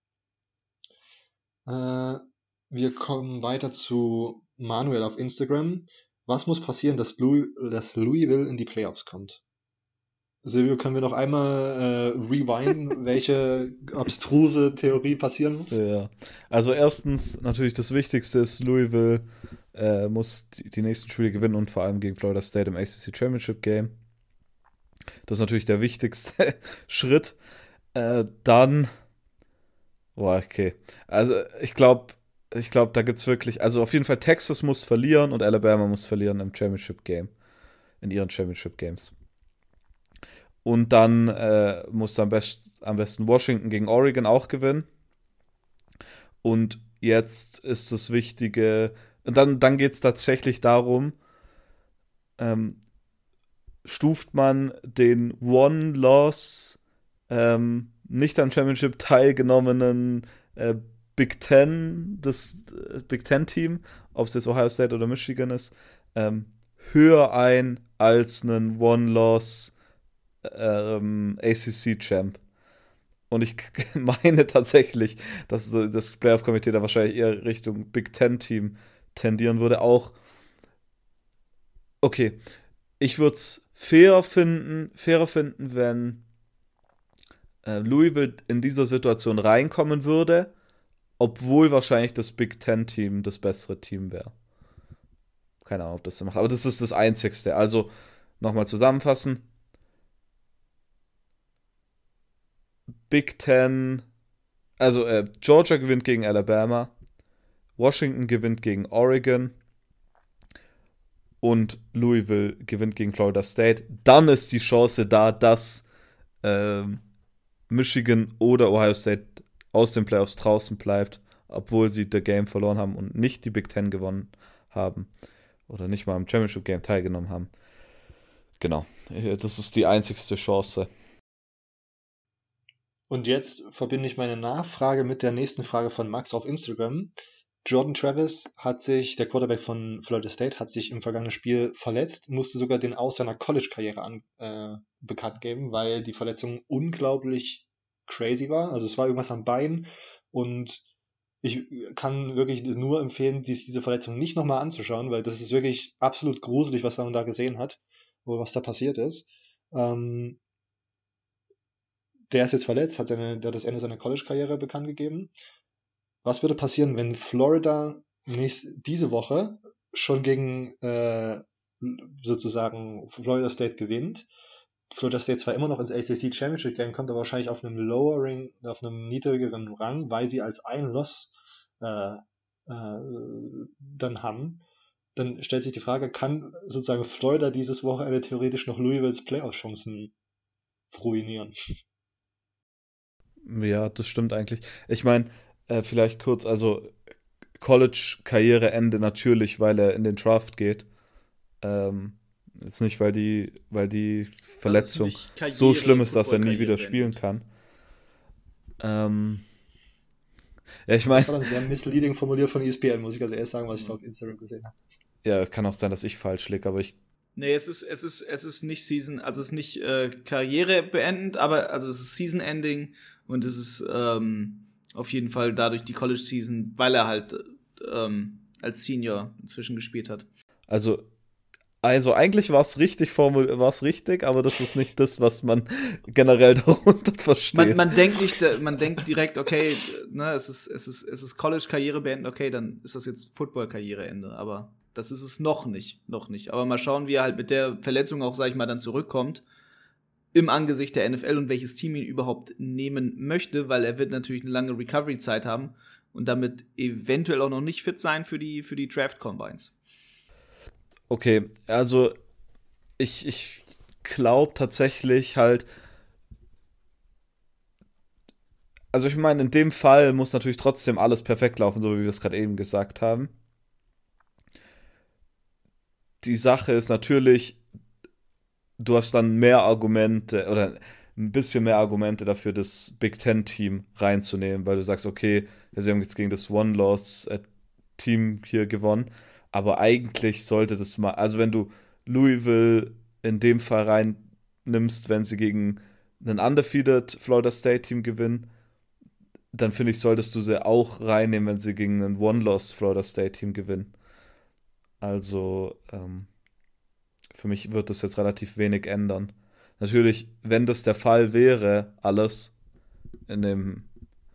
Äh, wir kommen weiter zu Manuel auf Instagram. Was muss passieren, dass, Louis, dass Louisville in die Playoffs kommt? Silvio, können wir noch einmal äh, rewinden, welche abstruse Theorie passieren muss? Ja. Also erstens, natürlich das Wichtigste ist, Louisville äh, muss die, die nächsten Spiele gewinnen und vor allem gegen Florida State im A C C Championship Game. Das ist natürlich der wichtigste Schritt. Äh, dann, boah, okay. Also ich glaube, ich glaube, da gibt es wirklich, also auf jeden Fall Texas muss verlieren und Alabama muss verlieren im Championship Game, in ihren Championship Games. Und dann äh, muss am, best, am besten Washington gegen Oregon auch gewinnen. Und jetzt ist das Wichtige, und dann, dann geht es tatsächlich darum, ähm, stuft man den One-Loss ähm, nicht am Championship teilgenommenen äh, Big Ten, das äh, Big Ten-Team, ob es jetzt Ohio State oder Michigan ist, ähm, höher ein als einen One-Loss ähm, A C C-Champ. Und ich meine tatsächlich, dass das Playoff-Komitee da wahrscheinlich eher Richtung Big Ten-Team tendieren würde. Auch, okay, ich würde es fair finden, fairer finden, wenn äh, Louisville in dieser Situation reinkommen würde, obwohl wahrscheinlich das Big Ten-Team das bessere Team wäre. Keine Ahnung, ob das so macht. Aber das ist das Einzigste. Also, nochmal zusammenfassen. Big Ten, also äh, Georgia gewinnt gegen Alabama, Washington gewinnt gegen Oregon und Louisville gewinnt gegen Florida State. Dann ist die Chance da, dass ähm, Michigan oder Ohio State aus den Playoffs draußen bleibt, obwohl sie das Game verloren haben und nicht die Big Ten gewonnen haben oder nicht mal am Championship Game teilgenommen haben. Genau, das ist die einzigste Chance. Und jetzt verbinde ich meine Nachfrage mit der nächsten Frage von Max auf Instagram. Jordan Travis hat sich, der Quarterback von Florida State, hat sich im vergangenen Spiel verletzt, musste sogar den Aus seiner College-Karriere an, äh, bekannt geben, weil die Verletzung unglaublich crazy war. Also es war irgendwas am Bein und ich kann wirklich nur empfehlen, sich diese Verletzung nicht nochmal anzuschauen, weil das ist wirklich absolut gruselig, was man da gesehen hat, oder was da passiert ist. Ähm, der ist jetzt verletzt, hat, seine, der hat das Ende seiner College-Karriere bekannt gegeben. Was würde passieren, wenn Florida nächst, diese Woche schon gegen äh, sozusagen Florida State gewinnt? Florida State zwar immer noch ins A C C Championship Game kommt, aber wahrscheinlich auf einem lowering, auf einem niedrigeren Rang, weil sie als ein Loss äh, äh, dann haben. Dann stellt sich die Frage, kann sozusagen Florida dieses Wochenende theoretisch noch Louisvilles Playoff-Chancen ruinieren? Ja, das stimmt eigentlich. Ich meine, äh, vielleicht kurz, also College-Karriereende natürlich, weil er in den Draft geht. Ähm, jetzt nicht, weil die, weil die Verletzung Also nicht Karriere, so schlimm ist, dass er nie wieder Football-Karriere spielen beendet. kann. Ähm, ja, ich Das meine, war dann sehr misleading formuliert von E S P N, muss ich also erst sagen, was ich da auf Instagram gesehen habe. ja, kann auch sein, dass ich falsch liege, aber ich, Nee, es ist, es ist, es ist nicht Season, also es ist nicht äh, Karriere beendend, aber also es ist Season Ending und es ist ähm, auf jeden Fall dadurch die College Season, weil er halt ähm, als Senior inzwischen gespielt hat. also, also eigentlich war es richtig formul, war es richtig, aber das ist nicht das, was man generell darunter versteht. Man, man denkt nicht, äh, man denkt direkt, okay, äh, ne, es ist, es ist, es ist College-Karriere beenden, okay, dann ist das jetzt Football-Karriereende, aber das ist es noch nicht, noch nicht. Aber mal schauen, wie er halt mit der Verletzung auch, sag ich mal, dann zurückkommt im Angesicht der N F L und welches Team ihn überhaupt nehmen möchte, weil er wird natürlich eine lange Recovery-Zeit haben und damit eventuell auch noch nicht fit sein für die, für die Draft-Combines. Okay, also ich, ich glaube tatsächlich halt, also ich meine, in dem Fall muss natürlich trotzdem alles perfekt laufen, so wie wir es gerade eben gesagt haben. Die Sache ist natürlich, du hast dann mehr Argumente oder ein bisschen mehr Argumente dafür, das Big Ten-Team reinzunehmen, weil du sagst, okay, sie haben jetzt gegen das One-Loss-Team hier gewonnen, aber eigentlich sollte das mal, also wenn du Louisville in dem Fall reinnimmst, wenn sie gegen ein undefeated Florida State-Team gewinnen, dann finde ich, solltest du sie auch reinnehmen, wenn sie gegen ein One-Loss Florida State-Team gewinnen. Also, ähm, für mich wird das jetzt relativ wenig ändern. Natürlich, wenn das der Fall wäre, alles in dem.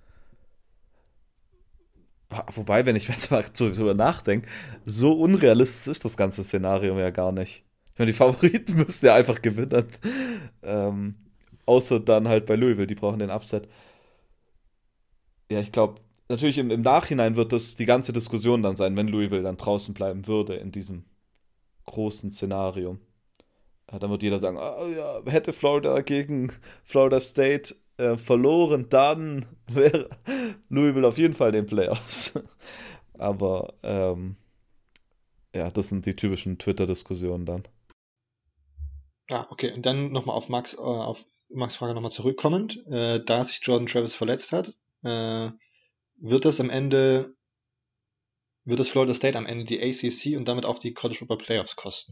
Wobei, wenn ich jetzt mal drüber nachdenke, so unrealistisch ist das ganze Szenario ja gar nicht. Ich meine, die Favoriten müssten ja einfach gewinnen. Ähm, außer dann halt bei Louisville, die brauchen den Upset. Ja, ich glaube, natürlich im, im Nachhinein wird das die ganze Diskussion dann sein, wenn Louisville dann draußen bleiben würde in diesem großen Szenario. Ja, dann wird jeder sagen, ah, ja, hätte Florida gegen Florida State äh, verloren, dann wäre Louisville auf jeden Fall in den Playoffs. Aber ähm, ja, das sind die typischen Twitter-Diskussionen dann. Ah, okay. Und dann nochmal auf Max, äh, auf Max Frage nochmal zurückkommend. Äh, da sich Jordan Travis verletzt hat, äh, wird das am Ende, wird das Florida State am Ende die A C C und damit auch die College Football Playoffs kosten?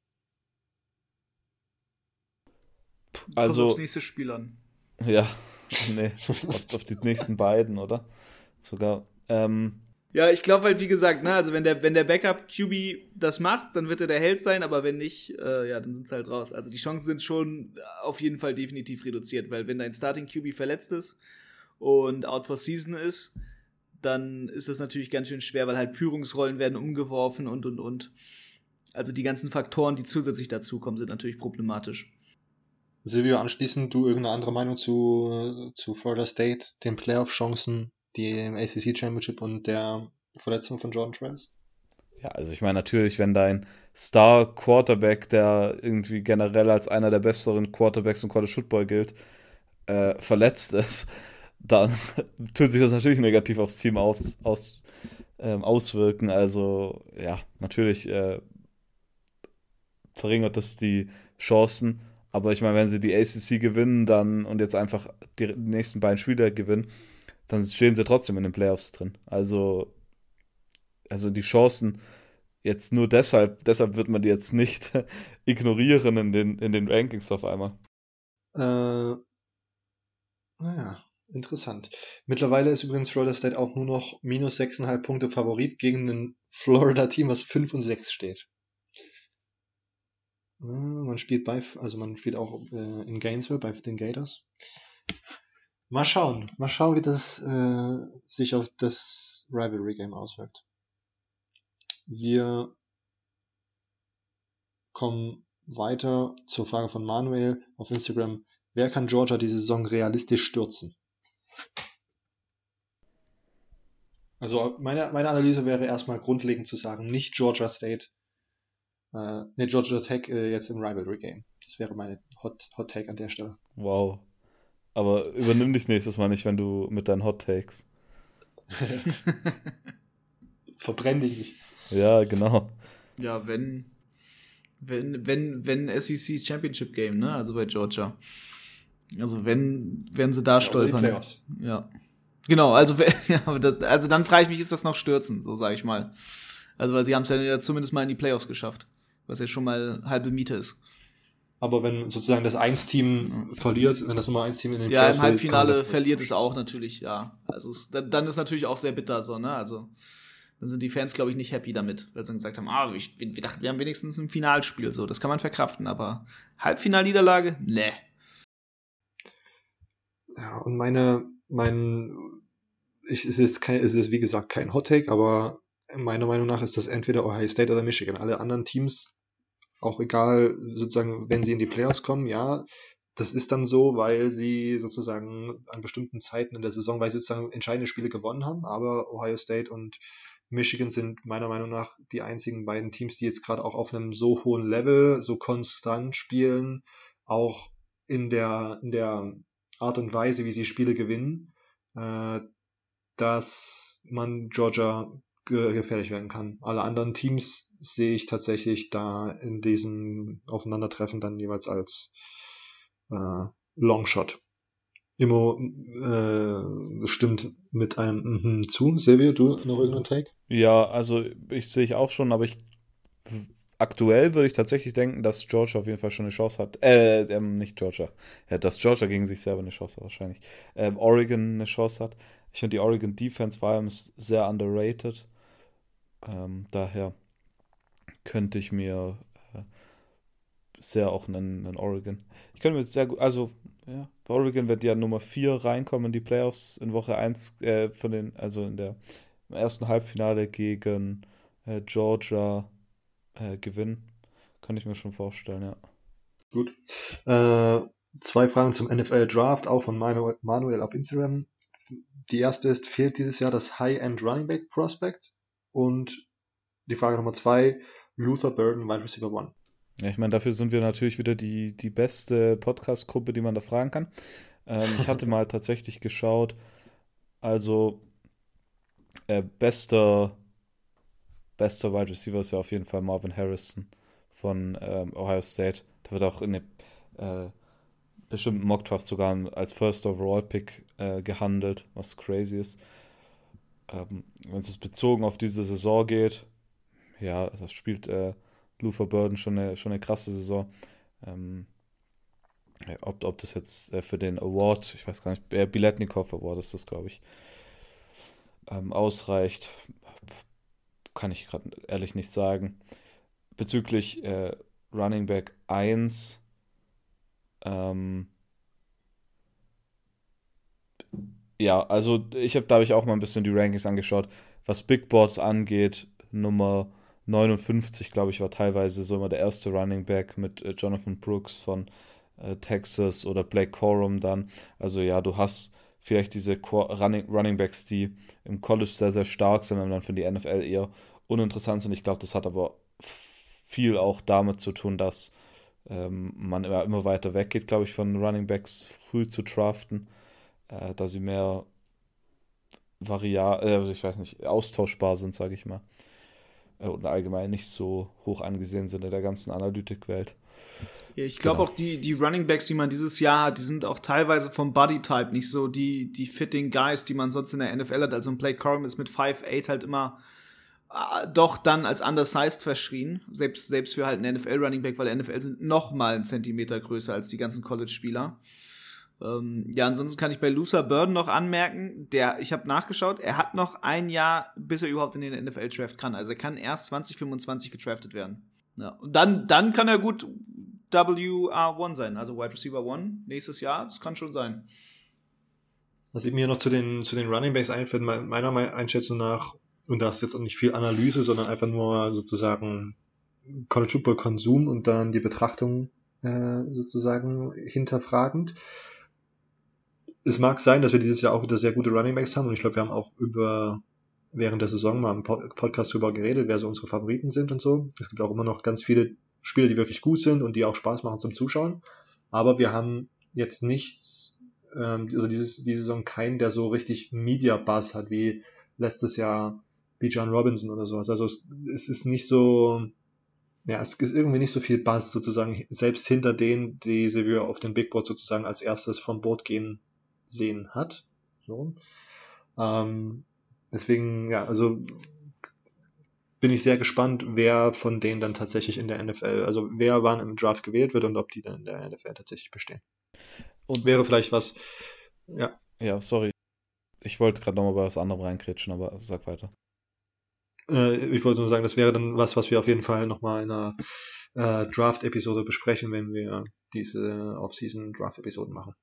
Kommt Also, aufs nächste Spiel an. ja, nee, auf, auf die nächsten beiden, oder? Sogar. Ähm, Ja, ich glaube halt, wie gesagt, ne, also wenn der, wenn der Backup-Q B das macht, dann wird er der Held sein, aber wenn nicht, äh, ja, dann sind sie halt raus. Also die Chancen sind schon auf jeden Fall definitiv reduziert, weil wenn dein Starting-Q B verletzt ist und out for season ist, dann ist das natürlich ganz schön schwer, weil halt Führungsrollen werden umgeworfen und, und, und. Also die ganzen Faktoren, die zusätzlich dazukommen, sind natürlich problematisch. Silvio, anschließend du irgendeine andere Meinung zu, zu Florida State, den Playoff-Chancen, dem A C C Championship und der Verletzung von Jordan Travis? ja, also ich meine natürlich, wenn dein Star-Quarterback, der irgendwie generell als einer der besseren Quarterbacks im College Football gilt, äh, verletzt ist, dann tut sich das natürlich negativ aufs Team aus, aus, ähm, auswirken. Also ja, natürlich äh, verringert das die Chancen. Aber ich meine, wenn sie die A C C gewinnen dann und jetzt einfach die nächsten beiden Spiele gewinnen, dann stehen sie trotzdem in den Playoffs drin. Also, also die Chancen jetzt nur deshalb, deshalb wird man die jetzt nicht ignorieren in den, in den Rankings auf einmal. Äh, naja, interessant. Mittlerweile ist übrigens Florida State auch nur noch minus sechs Komma fünf Punkte Favorit gegen ein Florida-Team, was fünf und sechs steht. Äh, Man spielt bei, also man spielt auch äh, in Gainesville bei den Gators. Mal schauen, mal schauen, wie das äh, sich auf das Rivalry Game auswirkt. Wir kommen weiter zur Frage von Manuel auf Instagram. Wer kann Georgia diese Saison realistisch stürzen? Also meine, meine Analyse wäre erstmal grundlegend zu sagen, nicht Georgia State, äh, ne, Georgia Tech äh, jetzt im Rivalry Game. Das wäre meine Hot, Hot Take an der Stelle. Wow. Aber übernimm dich nächstes Mal nicht, wenn du mit deinen Hot Takes. Verbrenn dich nicht. Ja, genau. Ja, wenn, wenn, wenn, wenn S E C's Championship Game, ne? Also bei Georgia. Also wenn, wenn sie da Ja, stolpern. die Playoffs. Ja. Genau, also, ja, das, also dann frage ich mich, ist das noch Stürzen, so sage ich mal. Also, weil sie haben es ja zumindest mal in die Playoffs geschafft. Was ja schon mal halbe Miete ist. Aber wenn sozusagen das eins-Team ja. verliert, wenn das Nummer eins-Team in den Ja, Playoffs im Halbfinale verliert, verliert es auch natürlich, ja. Also es, dann, dann ist natürlich auch sehr bitter so, ne? Also dann sind die Fans, glaube ich, nicht happy damit, weil sie gesagt haben, ah, wir, wir dachten, wir haben wenigstens ein Finalspiel, so, das kann man verkraften, aber Halbfinalniederlage? Nee. Ja, und meine, mein, ich, es ist kein, es ist wie gesagt kein Hot Take, aber meiner Meinung nach ist das entweder Ohio State oder Michigan. Alle anderen Teams, auch egal, sozusagen, wenn sie in die Playoffs kommen, ja, das ist dann so, weil sie sozusagen an bestimmten Zeiten in der Saison, weil sie sozusagen entscheidende Spiele gewonnen haben, aber Ohio State und Michigan sind meiner Meinung nach die einzigen beiden Teams, die jetzt gerade auch auf einem so hohen Level, so konstant spielen, auch in der, in der Art und Weise, wie sie Spiele gewinnen, äh, dass man Georgia ge- gefährlich werden kann. Alle anderen Teams sehe ich tatsächlich da in diesem Aufeinandertreffen dann jeweils als äh, Longshot. Immo äh, stimmt mit einem mhm zu. Silvio, du noch irgendeinen Take? Ja, also ich sehe ich auch schon, aber ich aktuell würde ich tatsächlich denken, dass Georgia auf jeden Fall schon eine Chance hat. Äh, ähm, nicht Georgia. Ja, dass Georgia gegen sich selber eine Chance hat, wahrscheinlich. Ähm, Oregon eine Chance hat. Ich finde, die Oregon Defense vor allem ist sehr underrated. Ähm, daher könnte ich mir äh, sehr auch einen, einen Oregon. Ich könnte mir jetzt sehr gut, also, ja, bei Oregon wird ja Nummer vier reinkommen in die Playoffs in Woche eins, äh, von den, also in der im ersten Halbfinale gegen äh, Georgia äh, gewinnen. Kann ich mir schon vorstellen, ja. Gut. Äh, zwei Fragen zum N F L Draft, auch von Manu- Manuel auf Instagram. Die erste ist, fehlt dieses Jahr das High-End Running Back Prospect? Und die Frage Nummer zwei, Luther Burden, Wide Receiver One. Ja, ich meine, dafür sind wir natürlich wieder die, die beste Podcast-Gruppe, die man da fragen kann. Ähm, ich hatte mal tatsächlich geschaut, also äh, bester, bester Wide Receiver ist ja auf jeden Fall Marvin Harrison von ähm, Ohio State. Der wird auch in den äh, bestimmten Mock-Drafts sogar als First Overall Pick äh, gehandelt, was crazy ist. Ähm, wenn es bezogen auf diese Saison geht, ja, das spielt äh, Luther Burden schon eine, schon eine krasse Saison. Ähm, ja, ob, ob das jetzt äh, für den Award, ich weiß gar nicht, äh, Biletnikoff Award ist das, glaube ich, ähm, ausreicht, kann ich gerade ehrlich nicht sagen. Bezüglich äh, Running Back eins, ähm, ja, also ich habe, da habe ich auch mal ein bisschen die Rankings angeschaut. Was Big Boards angeht, Nummer neunundfünfzig, glaube ich, war teilweise so immer der erste Running Back mit äh, Jonathan Brooks von äh, Texas oder Blake Corum dann. Also ja, du hast vielleicht diese Qu- Running, Running Backs, die im College sehr, sehr stark sind und dann für die N F L eher uninteressant sind. Ich glaube, das hat aber viel auch damit zu tun, dass ähm, man immer, immer weiter weggeht, glaube ich, von Running Backs früh zu draften, äh, da sie mehr variabel, äh, ich weiß nicht, austauschbar sind, sage ich mal. Äh, und allgemein nicht so hoch angesehen sind in der ganzen Analytikwelt. Ja, ich glaube Genau. auch die, die Running Backs, die man dieses Jahr hat, die sind auch teilweise vom Bodytype nicht so die, die fitting Guys, die man sonst in der N F L hat. Also ein Blake Corum ist mit fünf acht halt immer äh, doch dann als undersized verschrien. Selbst, selbst für halt einen N F L Running Back, weil der N F L sind noch mal einen Zentimeter größer als die ganzen College-Spieler. Ähm, ja, ansonsten kann ich bei Luther Burden noch anmerken, der, ich habe nachgeschaut, er hat noch ein Jahr, bis er überhaupt in den N F L-Draft kann. Also er kann erst zwanzig fünfundzwanzig gedraftet werden. Ja. Und dann, dann kann er gut W R eins sein, also Wide Receiver eins nächstes Jahr. Das kann schon sein. Was mir noch zu den, zu den Running Backs einfällt, meiner Einschätzung nach, und da ist jetzt auch nicht viel Analyse, sondern einfach nur sozusagen College Football Konsum und dann die Betrachtung äh, sozusagen hinterfragend. Es mag sein, dass wir dieses Jahr auch wieder sehr gute Running Backs haben und ich glaube, wir haben auch über während der Saison mal im Podcast darüber geredet, wer so unsere Favoriten sind und so. Es gibt auch immer noch ganz viele Spieler, die wirklich gut sind und die auch Spaß machen zum Zuschauen. Aber wir haben jetzt nichts ähm, also dieses, diese Saison keinen, der so richtig Media-Buzz hat, wie letztes Jahr wie John Robinson oder sowas. Also es, es ist nicht so, ja, es ist irgendwie nicht so viel Buzz sozusagen, selbst hinter denen, die wir auf dem Big Board sozusagen als erstes vom Board gehen sehen hat. So. Ähm, deswegen, ja, also bin ich sehr gespannt, wer von denen dann tatsächlich in der N F L, also wer wann im Draft gewählt wird und ob die dann in der N F L tatsächlich bestehen. Und wäre vielleicht was, ja. Ja, sorry. Ich wollte gerade nochmal bei was anderem reinkrätschen, aber sag weiter. Äh, ich wollte nur sagen, das wäre dann was, was wir auf jeden Fall nochmal in einer äh, Draft-Episode besprechen, wenn wir diese Off-Season-Draft-Episoden machen.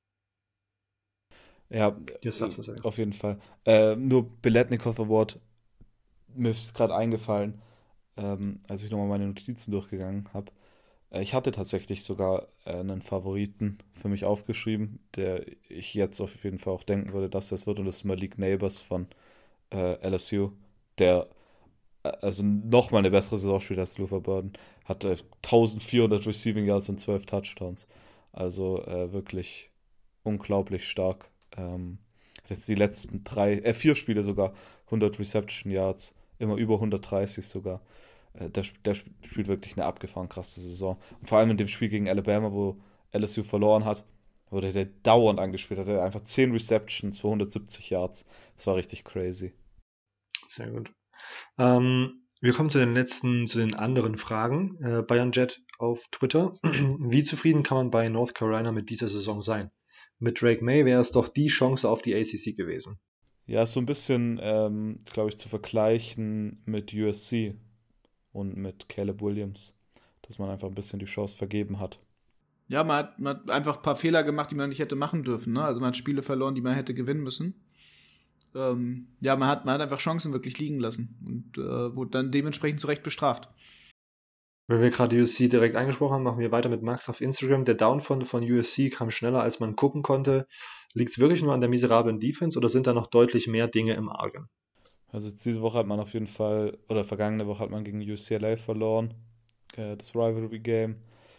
Ja, Jetzt darfst du sagen. Auf jeden Fall. Äh, nur Biletnikoff Award, mir ist gerade eingefallen, ähm, als ich nochmal meine Notizen durchgegangen habe. Äh, ich hatte tatsächlich sogar äh, einen Favoriten für mich aufgeschrieben, der ich jetzt auf jeden Fall auch denken würde, dass das wird, und das ist Malik Neighbors von äh, L S U, der äh, also nochmal eine bessere Saison spielt als Luther Burden, hatte eintausendvierhundert Receiving Yards und zwölf Touchdowns. Also äh, wirklich unglaublich stark. Ähm, hat jetzt die letzten drei, äh, vier Spiele sogar hundert Reception Yards, immer über hundertdreißig sogar. Äh, der, der spielt wirklich eine abgefahren krasse Saison. Und vor allem in dem Spiel gegen Alabama, wo L S U verloren hat, wurde der dauernd angespielt, hatte einfach zehn Receptions für hundertsiebzig Yards. Das war richtig crazy. Sehr gut. Ähm, wir kommen zu den letzten, zu den anderen Fragen. Äh, Bayern Jet auf Twitter. Wie zufrieden kann man bei North Carolina mit dieser Saison sein? Mit Drake May wäre es doch die Chance auf die A C C gewesen. Ja, ist so ein bisschen, ähm, glaube ich, zu vergleichen mit U S C und mit Caleb Williams, dass man einfach ein bisschen die Chance vergeben hat. Ja, man hat, man hat einfach ein paar Fehler gemacht, die man nicht hätte machen dürfen. Ne? Also man hat Spiele verloren, die man hätte gewinnen müssen. Ähm, ja, man hat, man hat einfach Chancen wirklich liegen lassen und äh, wurde dann dementsprechend zu Recht bestraft. Wenn wir gerade U S C direkt angesprochen haben, machen wir weiter mit Max auf Instagram. Der Downfall von U S C kam schneller, als man gucken konnte. Liegt es wirklich nur an der miserablen Defense oder sind da noch deutlich mehr Dinge im Argen? Also diese Woche hat man auf jeden Fall, oder vergangene Woche hat man gegen U C L A verloren, äh, das Rivalry Game.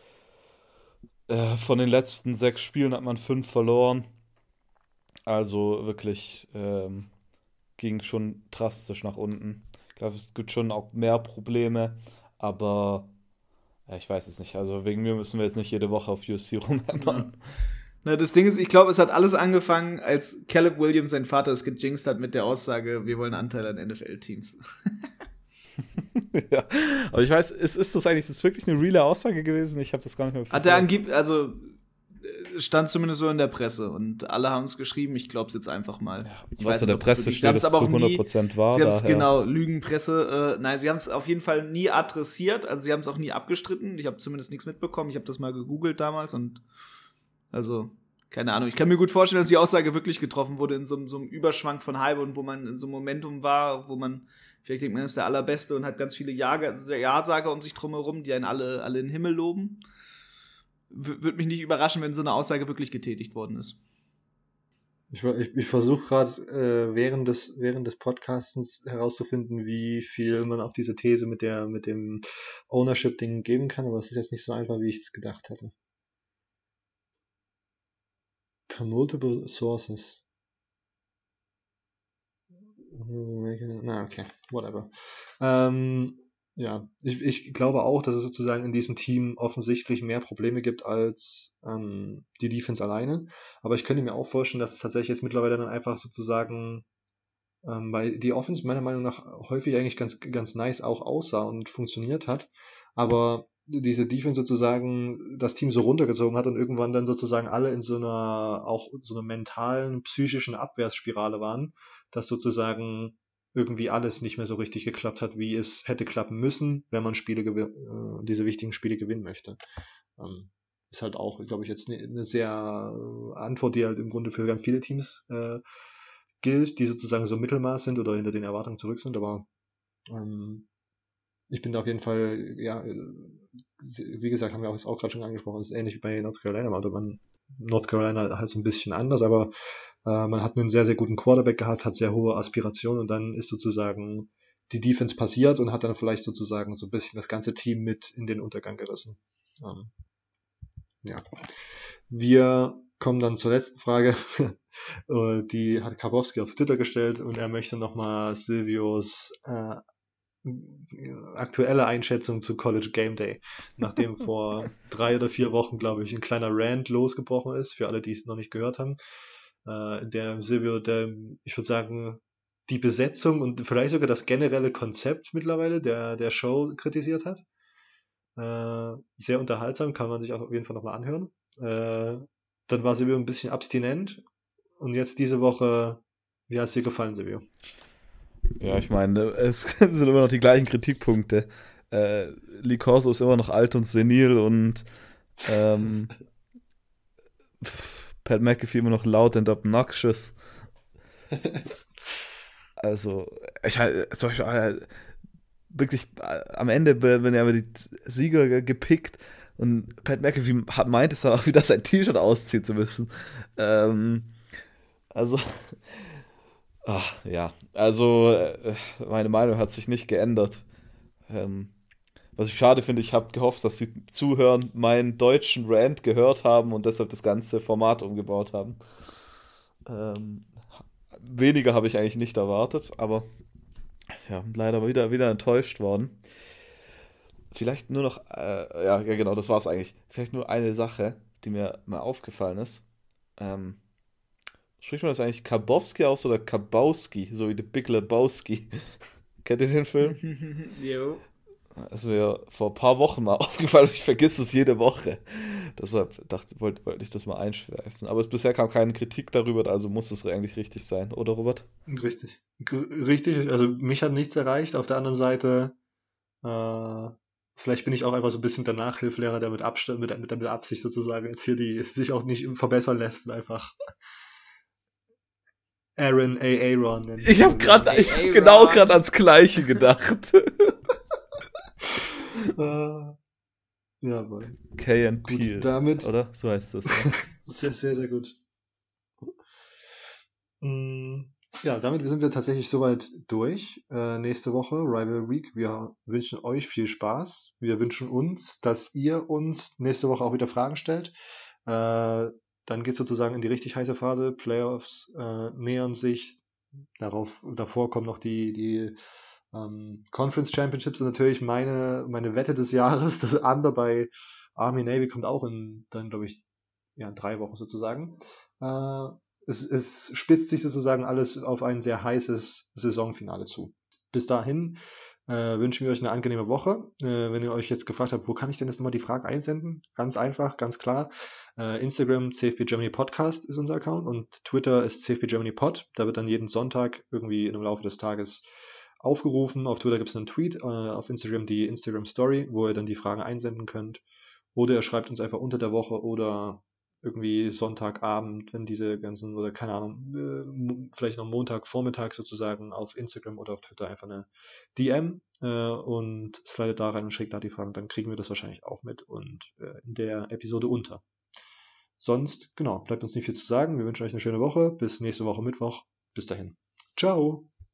Äh, von den letzten sechs Spielen hat man fünf verloren. Also wirklich ähm, ging schon drastisch nach unten. Ich glaube, es gibt schon auch mehr Probleme, aber ja, ich weiß es nicht. Also wegen mir müssen wir jetzt nicht jede Woche auf U S C rumhämmern. Ja. Na, das Ding ist, ich glaube, es hat alles angefangen, als Caleb Williams, sein Vater, es gejinxt hat mit der Aussage, wir wollen Anteil an N F L-Teams. Ja, aber ich weiß, ist, ist das eigentlich ist das wirklich eine reale Aussage gewesen? Ich habe das gar nicht mehr Hat er angeblich, also stand zumindest so in der Presse und alle haben es geschrieben, ich glaube es jetzt einfach mal. Ja, ich was in der Presse wirklich, steht, das zu hundert Prozent war. Sie haben es genau, Lügenpresse, äh, nein, sie haben es auf jeden Fall nie adressiert, also sie haben es auch nie abgestritten, ich habe zumindest nichts mitbekommen, ich habe das mal gegoogelt damals und also, keine Ahnung, ich kann mir gut vorstellen, dass die Aussage wirklich getroffen wurde in so, so einem Überschwang von Hype und wo man in so einem Momentum war, wo man, vielleicht denkt man, ist der Allerbeste und hat ganz viele Ja-Sager um sich drumherum, die einen alle, alle in den Himmel loben. W- Würde mich nicht überraschen, wenn so eine Aussage wirklich getätigt worden ist. Ich, ich, ich versuche gerade äh, während des, während des Podcastens herauszufinden, wie viel man auf diese These mit, der, mit dem Ownership-Ding geben kann, aber es ist jetzt nicht so einfach, wie ich es gedacht hatte. Per multiple sources. Na, okay, whatever. Ähm, ja, ich, ich glaube auch, dass es sozusagen in diesem Team offensichtlich mehr Probleme gibt als ähm, die Defense alleine. Aber ich könnte mir auch vorstellen, dass es tatsächlich jetzt mittlerweile dann einfach sozusagen, ähm, weil die Offense meiner Meinung nach häufig eigentlich ganz, ganz nice auch aussah und funktioniert hat. Aber diese Defense sozusagen das Team so runtergezogen hat und irgendwann dann sozusagen alle in so einer, auch so einer mentalen, psychischen Abwärtsspirale waren, dass sozusagen irgendwie alles nicht mehr so richtig geklappt hat, wie es hätte klappen müssen, wenn man Spiele gew- äh, diese wichtigen Spiele gewinnen möchte. Ähm, ist halt auch, glaube ich, jetzt eine ne sehr äh, Antwort, die halt im Grunde für ganz viele Teams äh, gilt, die sozusagen so Mittelmaß sind oder hinter den Erwartungen zurück sind, aber ähm, ich bin da auf jeden Fall, ja, wie gesagt, haben wir auch, auch gerade schon angesprochen, es ist ähnlich wie bei North Carolina, oder man North Carolina halt so ein bisschen anders, aber äh, man hat einen sehr, sehr guten Quarterback gehabt, hat sehr hohe Aspirationen und dann ist sozusagen die Defense passiert und hat dann vielleicht sozusagen so ein bisschen das ganze Team mit in den Untergang gerissen. Ähm, ja. Wir kommen dann zur letzten Frage. Die hat Karbowski auf Twitter gestellt und er möchte nochmal Silvios äh, aktuelle Einschätzung zu College Game Day, nachdem vor drei oder vier Wochen, glaube ich, ein kleiner Rant losgebrochen ist, für alle, die es noch nicht gehört haben. Äh, der Silvio, der, ich würde sagen, die Besetzung und vielleicht sogar das generelle Konzept mittlerweile der, der Show kritisiert hat. Äh, sehr unterhaltsam, kann man sich auch auf jeden Fall nochmal anhören. Äh, dann war Silvio ein bisschen abstinent und jetzt diese Woche, wie hat es dir gefallen, Silvio? Ja, ich meine, es sind immer noch die gleichen Kritikpunkte. Äh, Lee Corso ist immer noch alt und senil und ähm, Pat McAfee immer noch laut und obnoxious. Also, ich halt, zum Beispiel, äh, wirklich äh, am Ende werden ja die Sieger gepickt und Pat McAfee hat, meint es dann auch wieder, sein T-Shirt ausziehen zu müssen. Ähm, also, ach, ja, also äh, meine Meinung hat sich nicht geändert. Ähm, was ich schade finde, ich habe gehofft, dass die Zuhörer meinen deutschen Rant gehört haben und deshalb das ganze Format umgebaut haben. Ähm, weniger habe ich eigentlich nicht erwartet, aber ja, leider wieder, wieder enttäuscht worden. Vielleicht nur noch, äh, ja, ja, genau, das war es eigentlich. Vielleicht nur eine Sache, die mir mal aufgefallen ist. Ähm, spricht man das eigentlich Karbowski aus oder Kabowski, so wie The Big Lebowski? Kennt ihr den Film? Jo. Das ist mir vor ein paar Wochen mal aufgefallen und ich vergesse es jede Woche. Deshalb dachte, wollte, wollte ich das mal einschweißen. Aber es bisher kam keine Kritik darüber, also muss es eigentlich richtig sein, oder Robert? Richtig. Richtig, also mich hat nichts erreicht. Auf der anderen Seite, äh, vielleicht bin ich auch einfach so ein bisschen der Nachhilfelehrer, der mit Abstand, mit, mit der Absicht sozusagen jetzt hier die sich auch nicht verbessern lässt, einfach Aaron A. Aaron nennen. Ich habe gerade genau gerade ans Gleiche gedacht. äh, jawohl. K and Gut, Peel, damit, oder? So heißt das. Ja. sehr, sehr, sehr gut. Ja, damit sind wir tatsächlich soweit durch. Äh, nächste Woche, Rival Week. Wir wünschen euch viel Spaß. Wir wünschen uns, dass ihr uns nächste Woche auch wieder Fragen stellt. Äh, dann geht es sozusagen in die richtig heiße Phase. Playoffs äh, nähern sich. Darauf, davor kommen noch die, die ähm, Conference Championships und natürlich meine, meine Wette des Jahres. Das Under bei Army Navy kommt auch in, dann glaube ich, ja, in drei Wochen sozusagen. Äh, es, es spitzt sich sozusagen alles auf ein sehr heißes Saisonfinale zu. Bis dahin äh, wünschen wir euch eine angenehme Woche. Äh, wenn ihr euch jetzt gefragt habt, wo kann ich denn jetzt nochmal die Fragen einsenden? Ganz einfach, ganz klar. Äh, Instagram C F B Germany Podcast ist unser Account und Twitter ist C F B Germany Pod. Da wird dann jeden Sonntag irgendwie im Laufe des Tages aufgerufen. Auf Twitter gibt es einen Tweet, äh, auf Instagram die Instagram Story, wo ihr dann die Fragen einsenden könnt. Oder ihr schreibt uns einfach unter der Woche oder irgendwie Sonntagabend, wenn diese ganzen, oder keine Ahnung, äh, vielleicht noch Montagvormittag sozusagen auf Instagram oder auf Twitter einfach eine D M äh, und slidet da rein und schickt da die Fragen, dann kriegen wir das wahrscheinlich auch mit und äh, in der Episode unter. Sonst, genau, bleibt uns nicht viel zu sagen. Wir wünschen euch eine schöne Woche. Bis nächste Woche Mittwoch. Bis dahin. Ciao.